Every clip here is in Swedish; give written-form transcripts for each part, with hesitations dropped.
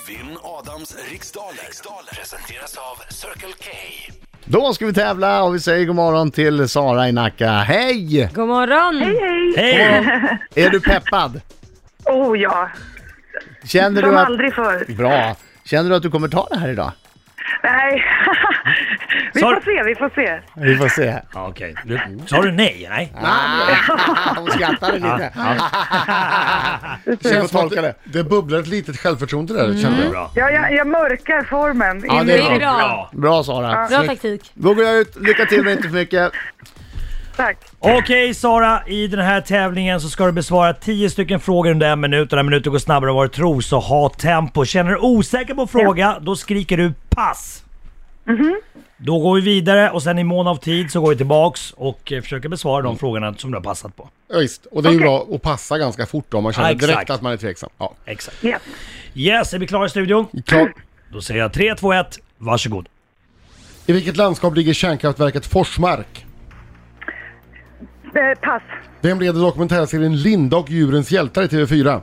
Vinn Adams riksdaler. Presenteras av Circle K. Då ska vi tävla och vi säger god morgon till Sara i Nacka. Hej! God morgon! Hej! Är du peppad? Oh ja, Känner som du att... aldrig förr. Bra. Känner du att du kommer ta det här idag? Nej, vi Sorry. får se, vi får se. Vi får se. Ja, okej. Sa du nej? Nej. Hon skrattade lite. Jag får tolka det. Det bubblar ett litet självförtroende där, känner jag. Bra. Ja, jag mörkar formen. Ja, Det är bra. Bra Sara. Bra taktik. Då går jag ut. Lycka till men inte för mycket. Tack. Okej Sara, i den här tävlingen så ska du besvara 10 stycken frågor under 1 minut. Och 1 minut går snabbare än vad du tror, så ha tempo. Känner du osäker på fråga, då skriker du pass. Då går vi vidare och sen i mån av tid så går vi tillbaks och försöker besvara de frågorna som du har passat på. Ja, visst. Och det är ju bra att passa ganska fort om man känner Ja, direkt exakt. att man är tveksam. Ja. Exakt. Ja. Yes, är vi klara i studion? Klar. Då säger jag 3, 2, 1, varsågod. I vilket landskap ligger kärnkraftverket Forsmark? Pass. Vem leder dokumentärserien Linda och djurens hjältar i TV4?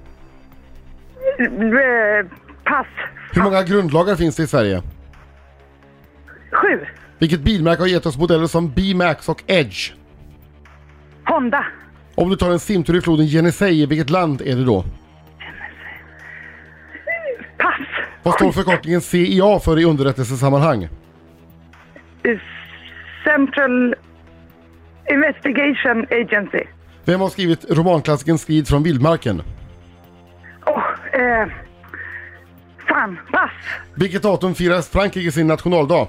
Pass. Hur många grundlagar finns det i Sverige? 7. Vilket bilmärke har gett oss modeller som B-Max och Edge? Honda. Om du tar en simtur i floden Yenisei, i vilket land är det då? Pass. Vad står förkortningen CIA för i underrättelsesammanhang? Central Investigation Agency. Vem har skrivit romanklassikern Strid från vildmarken? Fan, pass. Vilket datum firar Frankrike sin nationaldag?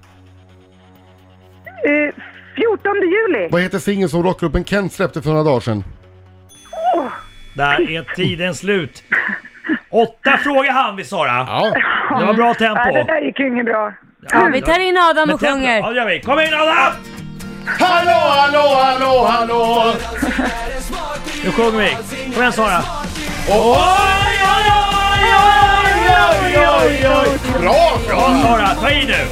14 juli. Vad heter singeln som rockgruppen Kent släppte för några dagar sedan? Där är tiden slut. 8 frågor hann vi, Sara. Ja. Det var bra tempo. Nej, det där gick ju inget bra. Ja, vi tar in Adam och tempo. sjunger. Ja, det gör vi. Kom in Adam! Hallå, hallå, hallå, hallå! Nu sjunger vi. Kom igen Sara. Oj, oj, oj, oj, oj, oj. Bra, Bra Sara, ta i nu.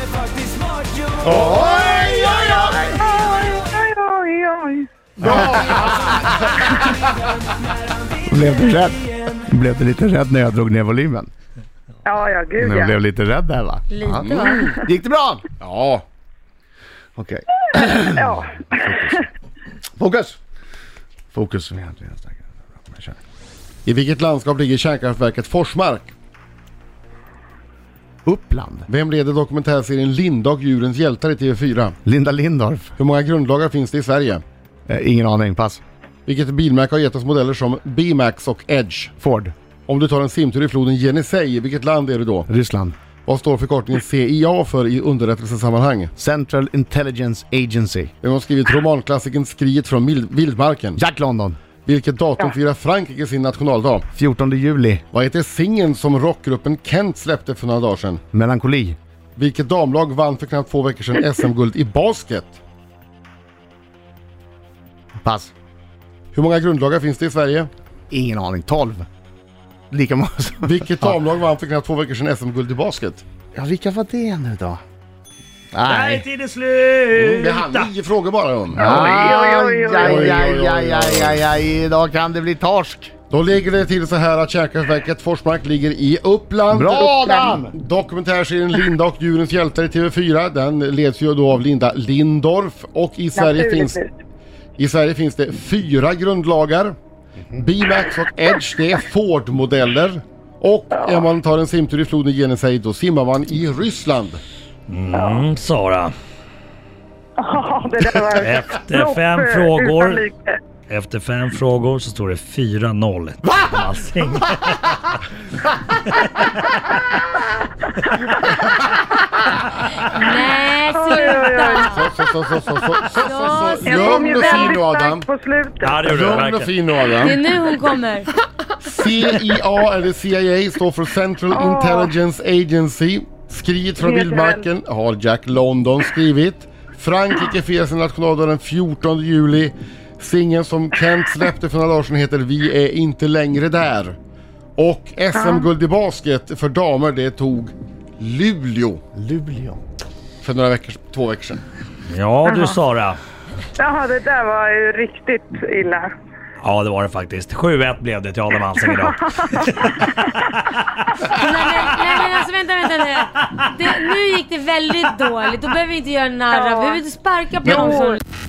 Oj, oj, oj. Oj, oj, oj. Blev du rädd? Blev du lite rädd när jag drog ner volymen? Ja, gud Jag ja. blev lite rädd där va? Lite va? Gick det bra? Ja. Okej. Ja. Fokus. Fokus. I vilket landskap ligger kärnkraftverket Forsmark? Uppland. Vem leder dokumentärserien Linda och djurens hjältar i TV4? Linda Lindorff. Hur många grundlagar finns det i Sverige? Ingen aning. Pass. Vilket bilmärke har gett oss modeller som B-Max och Edge? Ford. Om du tar en simtur i floden Yenisei, i vilket land är det då? Ryssland. Vad står förkortningen CIA för i underrättelsesammanhang? Central Intelligence Agency. Vem har skrivit romanklassikern Skriet från vildmarken? Jack London. Vilket datum firar Frankrike sin nationaldag? 14 juli. Vad heter singeln som rockgruppen Kent släppte för några dagar sedan? Melankoli. Vilket damlag vann för knappt 2 veckor sedan SM-guld i basket? Pass. Hur många grundlagar finns det i Sverige? Ingen aning. 12. Lika många som... Vilket damlag vann för knappt 2 veckor sedan SM-guld i basket? Ja, vilka var det nu då? Där är Nej. tiden slut. Vi hann 9 frågor bara om. Aj. Idag kan det bli torsk. Då ligger det till så här att kärnkraftverket Forsmark ligger i Uppland. Bra, Adam! Dokumentärserien Linda och djurens hjältar i TV4. Den leds ju då av Linda Lindorff. Och i Sverige finns det 4 grundlagar. B-Max och Edge, det är Ford-modeller. Och om man tar en simtur i floden Yenisei, då simmar man i Ryssland. Sara. Ja, det där var Efter 5 utan frågor. like. Efter 5 frågor så står det 4-0. Allting. Nej, sluta. Jag kom ju Lugn och fin väldigt nu, Adam. starkt på slutet. Ja, det gjorde du Lugn och verkligen. fin nu, Det är Adam. nu hon kommer. CIA eller CIA står för Central Intelligence Agency. Skriet från Helt vildmarken har Jack London skrivit. Frankrike firar sin nationaldag den 14 juli. Singeln som Kent släppte för några dagar sedan heter Vi är inte längre där. Och SM-guld i basket för damer, det tog Luleå för 2 veckor sedan. Ja du Sara. Ja, det där var ju riktigt illa. Ja, det var det faktiskt. 7-1 blev det till Adam Alsing idag. Nej men alltså vänta. Nu gick det väldigt dåligt. Då behöver vi inte göra narr. Vi behöver inte sparka på någon som...